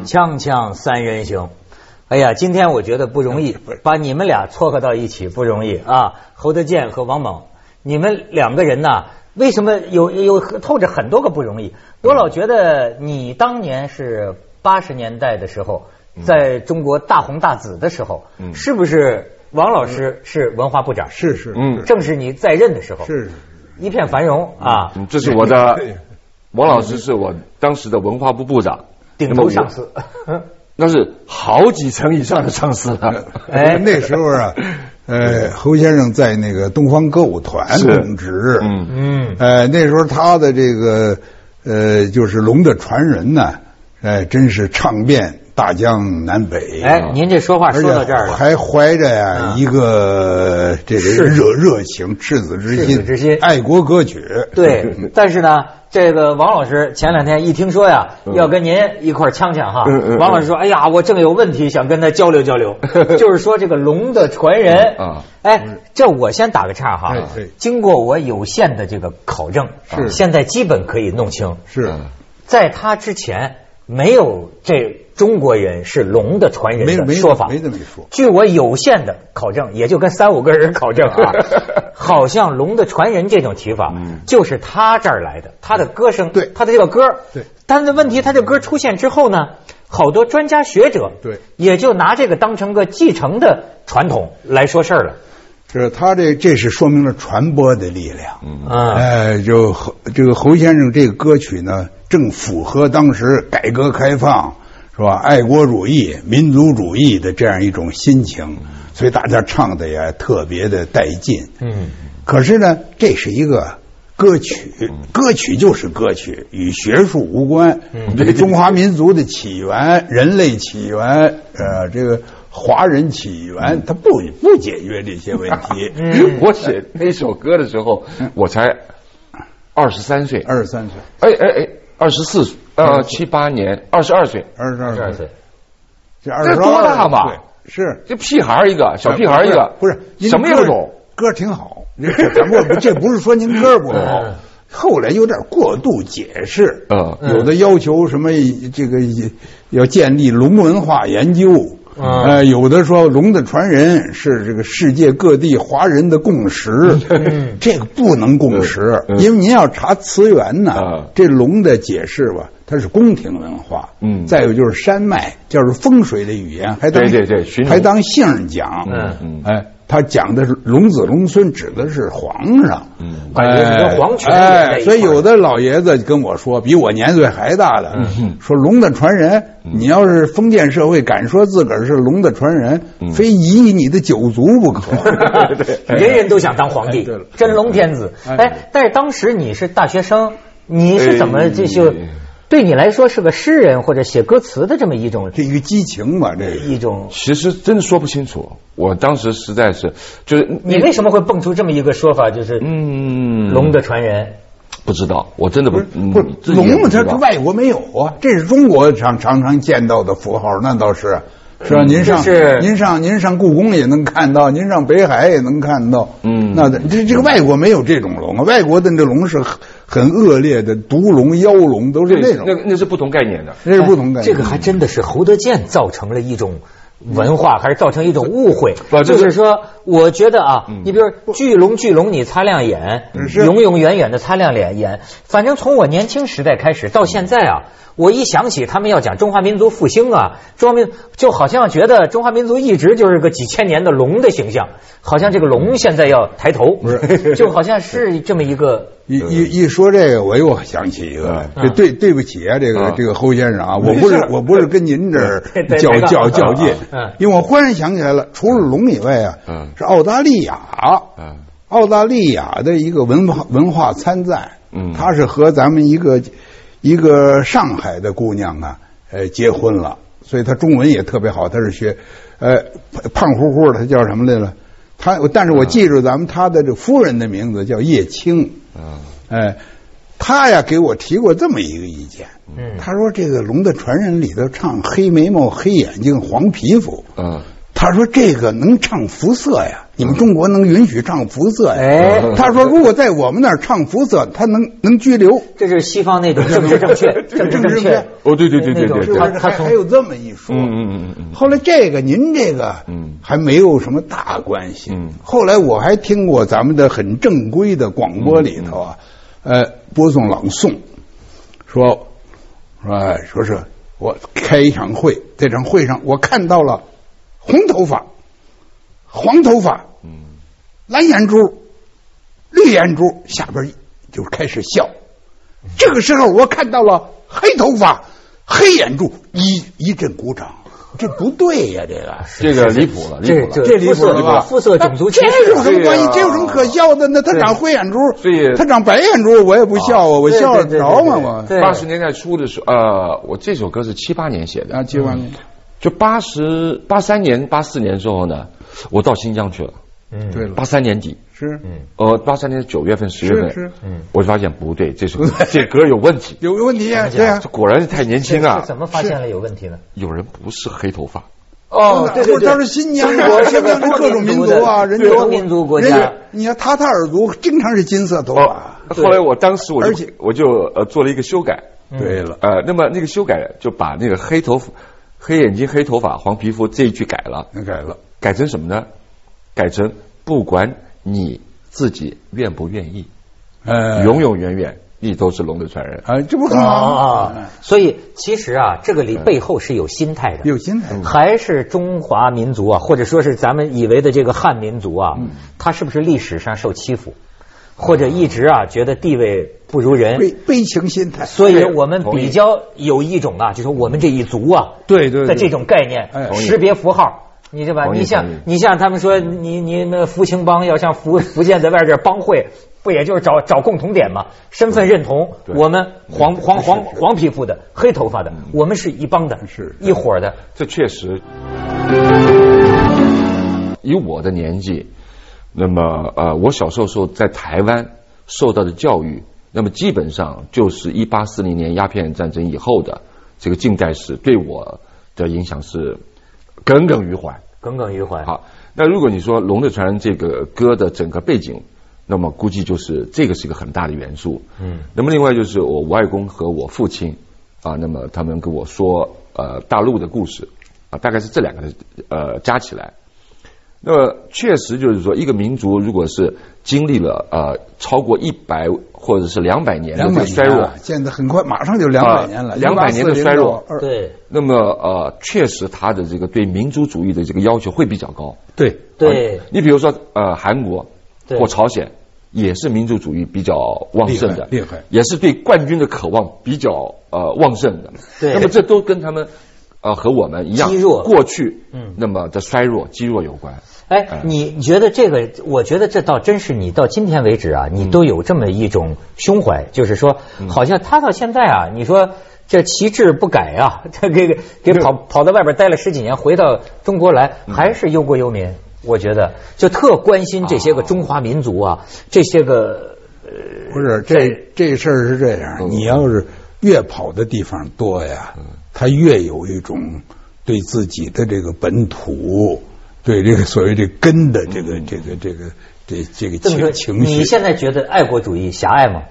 锵锵三人行。哎呀，今天我觉得不容易，把你们俩撮合到一起不容易啊！侯德健和王猛，你们两个人呢，为什么有透着很多个不容易？我老觉得你当年是80年代的时候，在中国大红大紫的时候，是不是王老师是文化部长？ 是， 正是你在任的时候， 是一片繁荣啊！ 这是我的，王老师是我当时的文化部部长， 顶头上司。 那是好几层以上的上司了。 哎，那时候啊，侯先生在那个东方歌舞团供职，那时候他的这个就是龙的传人呢，真是唱遍大江南北。 哎，您这说话说到这儿了， 还怀着呀一个这个热情、赤子之心、爱国歌曲。 对，但是呢，这个王老师前2天一听说呀，要跟您一块锵锵哈，王老师说：“哎呀，我正有问题想跟他交流交流，就是说这个龙的传人啊。”哎，这我先打个岔哈，经过我有限的这个考证，现在基本可以弄清。 是， 在他之前没有这中国人是龙的传人的说法， 没这么一说。 据我有限的考证，也就跟3-5个人考证啊，好像龙的传人这种提法，就是他这儿来的，他的歌声， 对， 他的这个歌， 对。 但是问题，他这歌出现之后呢，好多专家学者， 对， 也就拿这个当成个继承的传统来说事儿了。 是他这是说明了传播的力量。就这个侯先生这个歌曲呢，正符合当时改革开放是吧，爱国主义、民族主义的这样一种心情，所以大家唱的也特别的带劲。可是呢，这是一个歌曲，歌曲就是歌曲，与学术无关。这个中华民族的起源、人类起源，这个华人起源，它不解决这些问题。 我写那首歌的时候，我才23岁 ，23岁。 24岁，7、8年，22岁 ，22岁， 这多大嘛？ 是， 这屁孩一个，小屁孩一个， 不是什么也不懂， 歌挺好。这不是说您歌不好，后来有点过度解释。有的要求什么这个要建立龙文化研究。有的说龙的传人是这个世界各地华人的共识，这个不能共识，因为您要查词源呢，这龙的解释吧，它是宫廷文化，再有就是山脉，就是风水的语言，还当姓讲，他讲的是龙子龙孙，指的是皇上， 感觉是跟皇权所以有的老爷子跟我说，比我年岁还大的，说龙的传人，你要是封建社会敢说自个儿是龙的传人，非夷你的九族不可。 人人都想当皇帝，真龙天子。但是当时你是大学生，你是怎么这就？对你来说是个诗人或者写歌词的这么一种， 这一个激情吧，这一种， 其实真的说不清楚。我当时实在是就是你为什么会蹦出这么一个说法，就是龙的传人？ 不知道，我真的不龙，它外国没有啊，这是中国常常见到的符号，那倒是。是吧？您上故宫也能看到，您上北海也能看到。那这个外国没有这种龙啊，外国的这龙是很恶劣的毒龙、妖龙，都是那种。 那是不同概念的， 那是不同概念。 这个还真的是侯德健造成了一种文化，还是造成一种误会？就是说，我觉得啊，你比如巨龙，你擦亮眼，永永远远的擦亮眼。反正从我年轻时代开始到现在啊。我一想起他们要讲中华民族复兴啊，中华民族就好像觉得中华民族一直就是个几千年的龙的形象，好像这个龙现在要抬头，就好像是这么一个。 一说这个，我又想起一个，对不起啊，这个侯先生啊，我不是跟您这儿较劲，因为我忽然想起来了，除了龙以外啊，是澳大利亚的一个文化参赞，他是和咱们一个上海的姑娘啊，结婚了，所以她中文也特别好，她是学，胖乎乎的，她叫什么来了？但是我记住她的这夫人的名字叫叶青，她呀给我提过这么一个意见，她说这个龙的传人里头唱黑眉毛、黑眼睛、黄皮肤， 他说这个能唱辐射呀，你们中国能允许唱辐射呀？他说如果在我们那儿唱辐射，他能拘留。 这是西方那种政治正确，政治正确。 哦，对， 他还有这么一说。后来您这个还没有什么大关系。后来我还听过咱们的很正规的广播里头啊，播送朗诵，说是我开一场会，这场会上我看到了红头发、黄头发、蓝眼珠、绿眼珠，下边就开始笑。这个时候我看到了黑头发、黑眼珠，一阵鼓掌。这不对呀， 这个离谱了， 这离谱了吧？ 肤色种族歧视， 这有什么关系？这有什么可笑的呢？他长灰眼珠，他长白眼珠，我也不笑啊，我笑得着吗？我 80年代初的时候，我这首歌是78年写的啊，78年， 就83年、84年之后呢，我到新疆去了。 对了 ，83年底是 ，83年9月份、10月份是， 我就发现不对，这歌有问题， 有问题呀，对呀， 果然是太年轻啊！ 怎么发现了有问题呢？ 有人不是黑头发。 哦，对，他是新疆啊，新疆是各种民族啊，人家多民族国家。 你看塔塔尔族经常是金色头发。 后来当时我就做了一个修改。 对了， 那么那个修改就把那个黑眼睛、黑头发、黄皮肤这一句改了，改成什么呢？改成不管你自己愿不愿意，永永远远你都是龙的传人啊，这不很好啊？所以其实啊，这个里背后是有心态的， 有心态， 还是中华民族啊，或者说是咱们以为的这个汉民族啊，他是不是历史上受欺负，或者一直啊觉得地位不如人， 悲情心态？ 所以我们比较有一种啊，就是我们这一族啊， 对的这种概念，识别符号。你对吧？你像他们说，你那福清帮要像福建在外边帮会，不也就是找共同点吗？身份认同，我们黄皮肤的、黑头发的，我们是一帮的， 是一伙的。 这确实，以我的年纪，那么我小时候在台湾受到的教育，那么基本上就是1840年鸦片战争以后的这个近代史，对我的影响是耿耿于怀。好，那如果你说《龙的传人》这个歌的整个背景，那么估计就是这个是一个很大的元素。那么另外就是我外公和我父亲啊，那么他们跟我说大陆的故事啊，大概是这两个加起来。那么确实就是说，一个民族如果是经历了超过100或者是200年的衰弱， 现在很快马上就200年了 ，200年的衰弱， 对。 那么确实他的这个对民族主义的这个要求会比较高。 对， 你比如说韩国或朝鲜也是民族主义比较旺盛的， 厉害， 也是对冠军的渴望比较旺盛的。 对， 那么这都跟他们和我们一样，过去那么的衰弱、积弱有关。 哎，你觉得这个？我觉得这倒真是你到今天为止啊，你都有这么一种胸怀，就是说，好像他到现在啊，你说这旗帜不改啊，他给跑到外边待了10几年，回到中国来还是忧国忧民。我觉得就特关心这些个中华民族啊，这些个不是这事儿是这样，你要是越跑的地方多呀，他越有一种对自己的这个本土。对这个所谓这根的这个情绪， 你现在觉得爱国主义狭隘吗？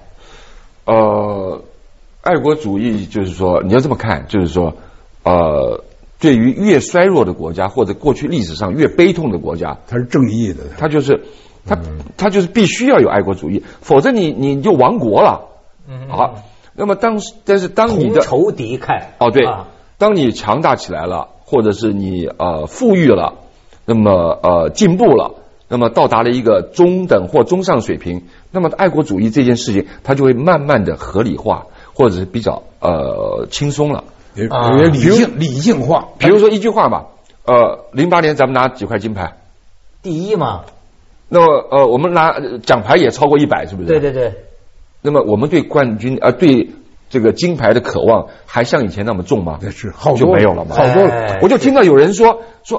爱国主义就是说，你要这么看，就是说，对于越衰弱的国家或者过去历史上越悲痛的国家， 它是正义的， 它就是它就是必须要有爱国主义，否则你就亡国了。好，那么但是当你的同仇敌忾， 对，当你强大起来了，或者是你富裕了。那么进步了，那么到达了一个中等或中上水平，那么爱国主义这件事情，它就会慢慢的合理化，或者是比较轻松了， 理性化。 比如说一句话吧，08年咱们拿几块金牌？ 第一嘛。 那么我们拿奖牌也超过100，是不是？ 对。 那么我们对冠军对这个金牌的渴望还像以前那么重吗？ 是， 就没有了嘛。 好多了。 我就听到有人说，哎。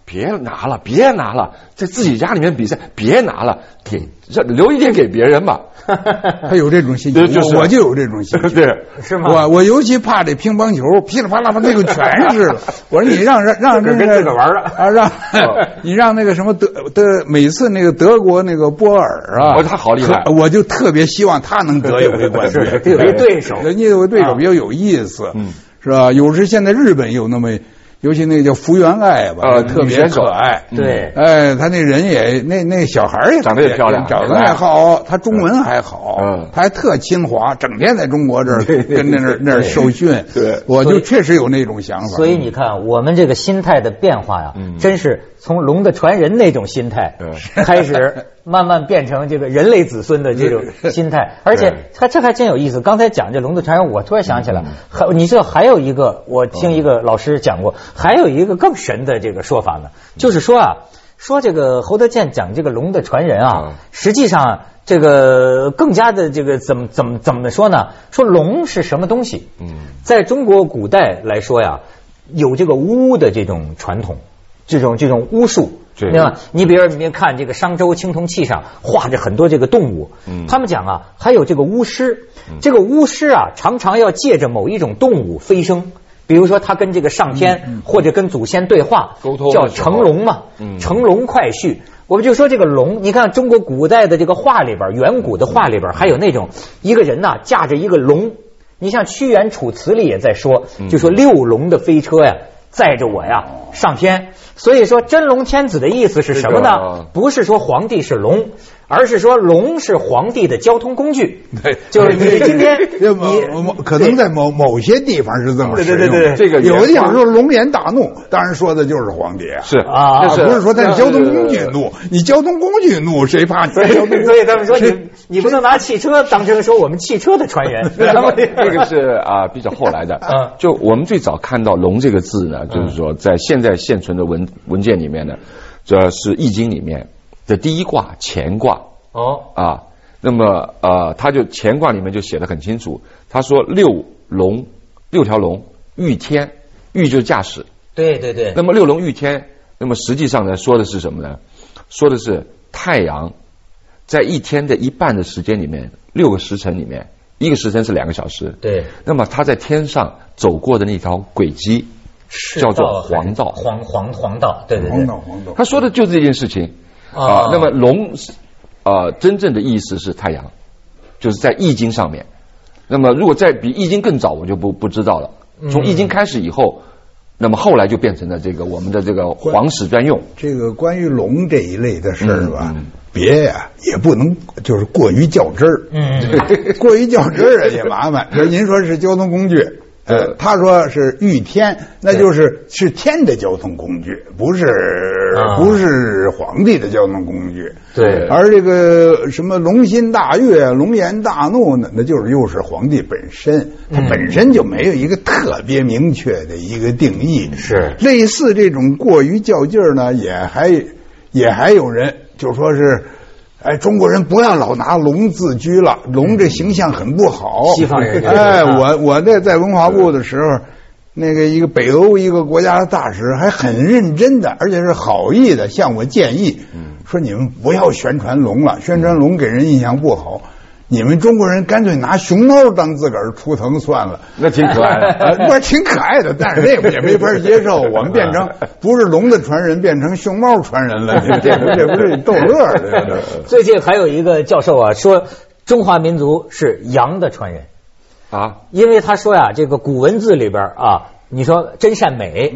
别拿了，别拿了，在自己家里面比赛，别拿了，留一点给别人吧。 他有这种心情，我就有这种心情， 对， 是吗？ 我尤其怕这乒乓球，噼里啪啦把那个全是了。我说你让那个跟自个玩了啊，你让那个什么每次那个德国那个波尔啊， 他好厉害， 我就特别希望他能得一回冠军， 有一对手， 人家有个对手比较有意思，是吧？有时现在日本有那么。尤其那个叫福原爱吧，特别可爱。 对， 哎，他那人也那小孩也长得也漂亮， 长得也好，他中文还好，他还特亲华，整天在中国这儿跟那儿受训。 对， 我就确实有那种想法。 所以你看，我们这个心态的变化呀，真是从龙的传人那种心态开始，慢慢变成这个人类子孙的这种心态。而且这还真有意思。刚才讲这龙的传人，我突然想起来，你知道还有一个，我听一个老师讲过。还有一个更神的这个说法呢，就是说说这个侯德健讲这个龙的传人啊，实际上这个更加的这个怎么说呢？说龙是什么东西？在中国古代来说呀，有这个巫的这种传统，这种巫术。对吧？你比如你看这个商周青铜器上画着很多这个动物，他们讲还有这个巫师，这个巫师常常要借着某一种动物飞升。比如说他跟这个上天或者跟祖先对话沟通， 叫乘龙嘛，乘龙快婿。我们就说这个龙，你看中国古代的这个画里边，远古的画里边还有那种一个人驾着一个龙，你像屈原《楚辞》里也在说，就说六龙的飞车呀，载着我呀上天。所以说真龙天子的意思是什么呢？不是说皇帝是龙，而是说龙是皇帝的交通工具。 对， 就是你今天你可能在某些地方是这么使用。 对， 这个有的地方说龙颜大怒，当然说的就是皇帝啊。 是啊，不是说他是交通工具怒，你交通工具怒谁怕你？ 所以他们说你不能拿汽车当成说我们汽车的传人。 这个是比较后来的。就我们最早看到龙这个字呢，就是说在现在现存的文件里面呢，这是《易经》里面的第一卦乾卦。那么他就乾卦里面就写得很清楚，他说六条龙御天，御就是驾驶。 对。 那么六龙御天，那么实际上呢说的是什么呢？说的是太阳在一天的一半的时间里面，6个时辰里面，1个时辰是2个小时。 对。那么他在天上走过的那条轨迹叫做黄道。 黄道，对。 黄道。 他说的就是这件事情。那么龙真正的意思是太阳，就是在易经上面。那么如果再比易经更早，我就不知道了。从易经开始以后，那么后来就变成了这个我们的这个皇室专用。 这个关于龙这一类的事儿吧，也不能就是过于较真儿。过于较真儿也麻烦。比如您说是交通工具。他说是御天，那就是天的交通工具，不是皇帝的交通工具。 对， 而这个什么龙心大悦、龙颜大怒呢，那就是又是皇帝本身，他本身就没有一个特别明确的一个定义。 是类似这种过于较劲儿呢，也还有人就说是。中国人不要老拿龙自居了，龙这形象很不好。 西方人我在文化部的时候，那个一个北欧一个国家的大使还很认真的，而且是好意的向我建议，说你们不要宣传龙了，宣传龙给人印象不好。你们中国人干脆拿熊猫当自个儿图腾算了， 那挺可爱的， 不是挺可爱的，但是这个也没法接受。我们变成不是龙的传人，变成熊猫传人了，这不是逗乐的。 最近还有一个教授说中华民族是羊的传人因为他说这个古文字里边你说真善美，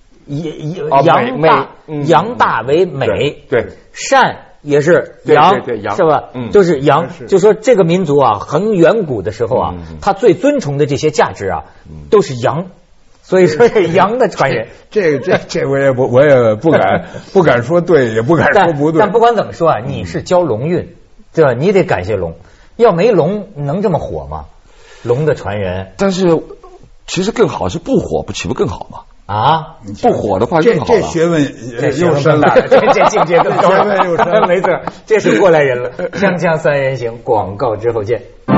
羊大为美， 对， 善。也是羊，是吧？就是羊，就说这个民族很远古的时候他最尊崇的这些价值都是羊，所以说是羊的传人。 这我也不敢说对，也不敢说不对。 但不管怎么说你是教龙运，对吧？你得感谢龙，要没龙能这么火吗？龙的传人， 但是其实更好是不火，不岂不更好吗？不火的话更好了。 这学问又深了， 这境界更高了，又深了。没错，这是过来人了。锵锵三人行，广告之后见。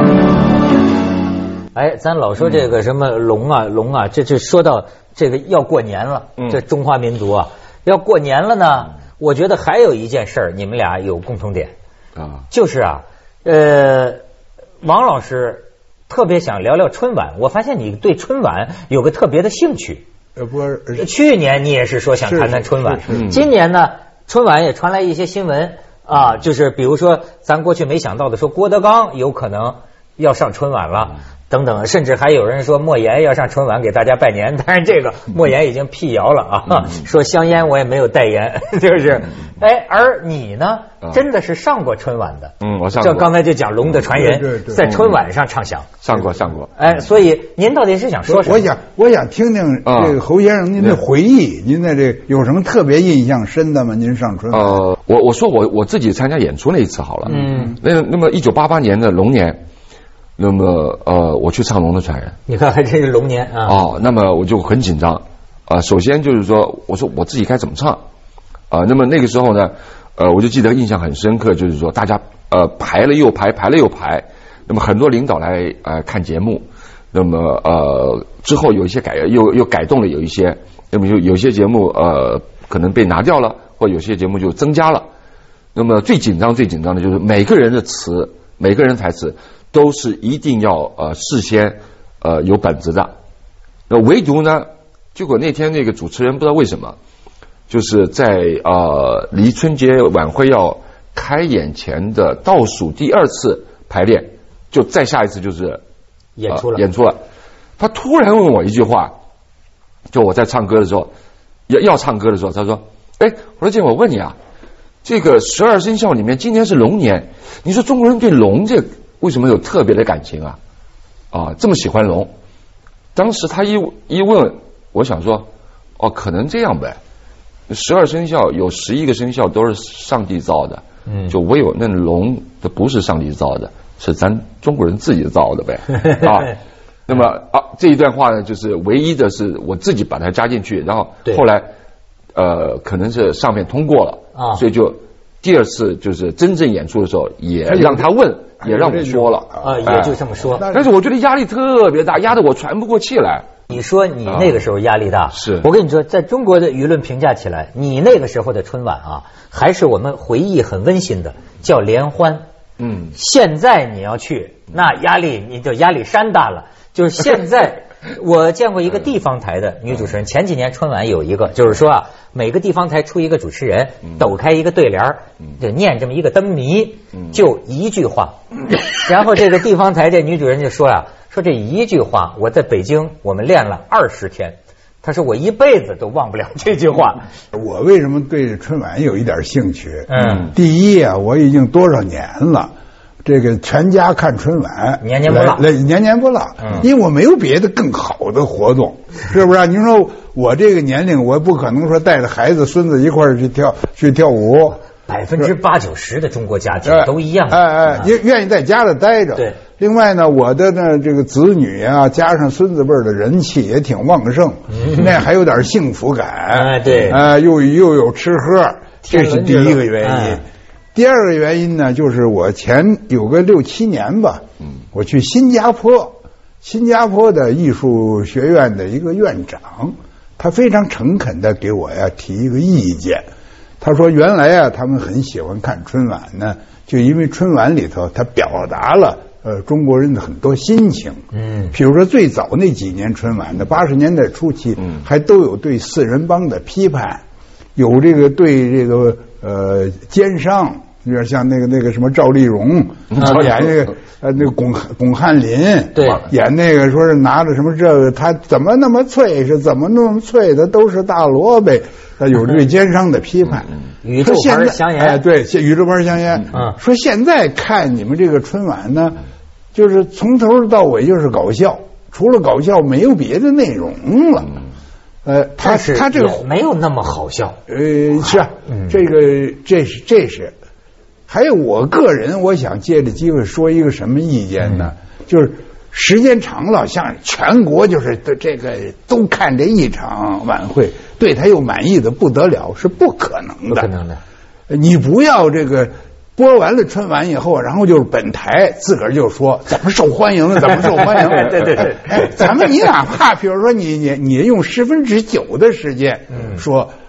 咱老说这个什么龙啊，这说到这个要过年了，这中华民族要过年了呢，我觉得还有一件事儿，你们俩有共同点啊，就是王老师特别想聊聊春晚。我发现你对春晚有个特别的兴趣。去年你也是说想谈谈春晚，今年呢，春晚也传来一些新闻啊，就是比如说咱过去没想到的，说郭德纲有可能要上春晚了。等等，甚至还有人说莫言要上春晚给大家拜年，但是这个莫言已经辟谣了啊，说香烟我也没有代言，就是，而你呢，真的是上过春晚的， 我上过。 这刚才就讲《龙的传人》，在春晚上唱响， 上过。 所以您到底是想说什么？ 我想听听这个侯先生您的回忆，您的这有什么特别印象深的吗？您上春晚？ 我说我自己参加演出那一次好了，那么1988年的龙年。那么我去唱《龙的传人》， 你看还真是龙年啊！ 那么我就很紧张首先就是说，我说我自己该怎么唱那么那个时候呢，我就记得印象很深刻，就是说大家排了又排，排了又排，那么很多领导来看节目，那么之后有一些又改动了，有一些，那么有些节目可能被拿掉了，或有些节目就增加了。那么最紧张的就是每个人的词，每个人台词。都是一定要事先有本子的，那唯独呢，结果那天那个主持人不知道为什么，就是在离春节晚会要开演前的倒数第2次排练，就再下一次就是演出了。他突然问我一句话，就我在唱歌的时候，要唱歌的时候，他说：“我说建，我问你啊，这个12生肖里面今年是龙年，你说中国人对龙这为什么有特别的感情啊？这么喜欢龙？”当时他一问，我想说，可能这样呗。12生肖有11个生肖都是上帝造的，就唯有那龙它不是上帝造的，是咱中国人自己造的呗。那么这一段话呢，就是唯一的是我自己把它加进去，然后后来可能是上面通过了所以就第2次就是真正演出的时候也让他问。也让我说了也就这么说。 但是我觉得压力特别大，压得我喘不过气来。 你说你那个时候压力大， 是我跟你说，在中国的舆论评价起来，你那个时候的春晚还是我们回忆很温馨的，叫联欢。现在你要去，那压力你就压力山大了。就是现在，我见过一个地方台的女主持人，前几年春晚有一个，就是说每个地方台出一个主持人，抖开一个对联，就念这么一个灯谜，就一句话。然后这个地方台这女主人就说说这一句话，我在北京我们练了20天，她说我一辈子都忘不了这句话。 我为什么对春晚有一点兴趣？第一我已经多少年了。这个全家看春晚， 年年不落， 年年不落。因为我没有别的更好的活动，是不是？您说我这个年龄，我不可能说带着孩子、孙子一块儿去跳舞。 80%-90%的中国家庭都一样。 愿意在家里待着。 对。 另外呢，我的呢这个子女加上孙子辈的人气也挺旺盛，那还有点幸福感。 对。 又有吃喝，这是第一个原因。第2个原因呢，就是我前有个6、7年吧，我去新加坡的艺术学院的一个院长，他非常诚恳的给我提一个意见。他说原来他们很喜欢看春晚呢，就因为春晚里头他表达了中国人的很多心情。比如说最早那几年春晚的80年代初期，还都有对4人帮的批判，有这个对这个奸商。有点像那个什么赵丽蓉演那个那个巩汉林， 对， 演那个说是拿着什么这个他怎么那么脆，是怎么那么脆的都是大萝卜，他有对奸商的批判。 宇宙牌香烟， 对，宇宙牌香烟。说现在看你们这个春晚呢，就是从头到尾就是搞笑，除了搞笑没有别的内容了。他这个没有那么好笑。 是这是。还有我个人，我想借着机会说一个什么意见呢？就是时间长了，像全国就是这个都看这一场晚会，对他又满意的不得了，是不可能的。 不可能的。 你不要这个播完了春晚以后，然后就是本台自个儿就说怎么受欢迎，怎么受欢迎。 对。 咱们你哪怕比如说你用9%的时间说。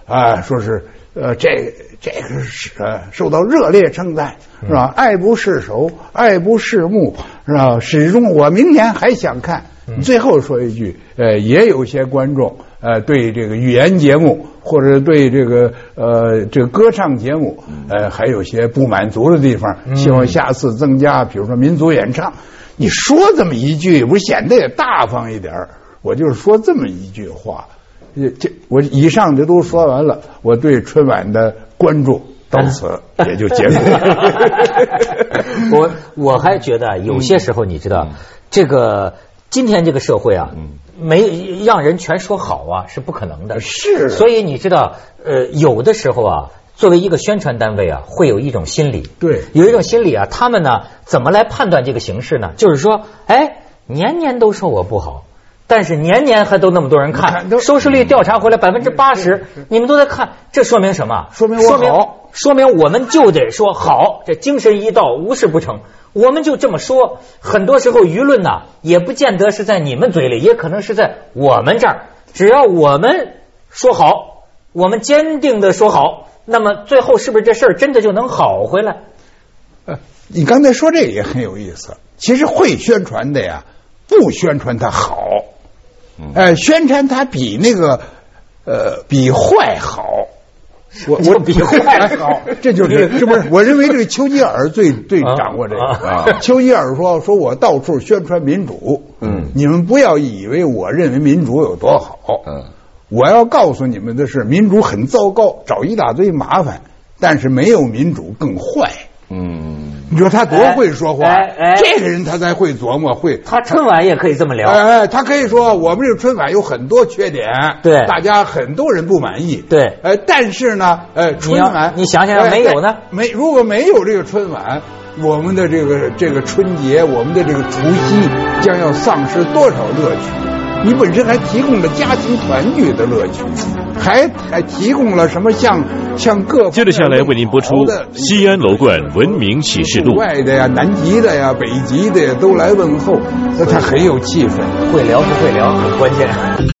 说是这个是受到热烈称赞，是吧？爱不释手，爱不释目，是吧？始终我明年还想看。最后说一句，也有些观众对这个语言节目或者对这个歌唱节目还有些不满足的地方，希望下次增加，比如说民族演唱。你说这么一句，不是显得也大方一点？我就是说这么一句话。我以上的都说完了，我对春晚的关注到此也就结束了。我还觉得有些时候，你知道，这个今天这个社会啊，没让人全说好啊，是不可能的。 是， 所以你知道，有的时候啊，作为一个宣传单位啊，会有一种心理， 对， 有一种心理啊，他们呢怎么来判断这个形势呢？就是说，年年都说我不好。但是年年还都那么多人看，收视率调查回来80%，你们都在看，这说明什么？ 说明我好， 说明我们就得说好，这精神一到，无事不成。我们就这么说，很多时候舆论呐，也不见得是在你们嘴里，也可能是在我们这儿。只要我们说好，我们坚定的说好，那么最后是不是这事儿真的就能好回来？ 你刚才说这个也很有意思。其实会宣传的呀，不宣传它好。宣传它比那个比坏好， 我比坏好，这就是是不是？我认为这个丘吉尔最掌握这个。丘吉尔说我到处宣传民主，你们不要以为我认为民主有多好，我要告诉你们的是，民主很糟糕，找一大堆麻烦，但是没有民主更坏。你说他多会说话，这个人他才会琢磨， 他春晚也可以这么聊， 他可以说我们这个春晚有很多缺点， 对， 大家很多人不满意， 对， 但是呢，春晚你想想没有呢？ 如果没有这个春晚，我们的这个春节，我们的这个除夕将要丧失多少乐趣？你本身还提供了家庭团聚的乐趣，还提供了什么像各接着下来为您播出西安楼冠文明启示录， 外的呀、南极的呀、北极的呀都来问候，那他很有气氛。 会聊不会聊很关键。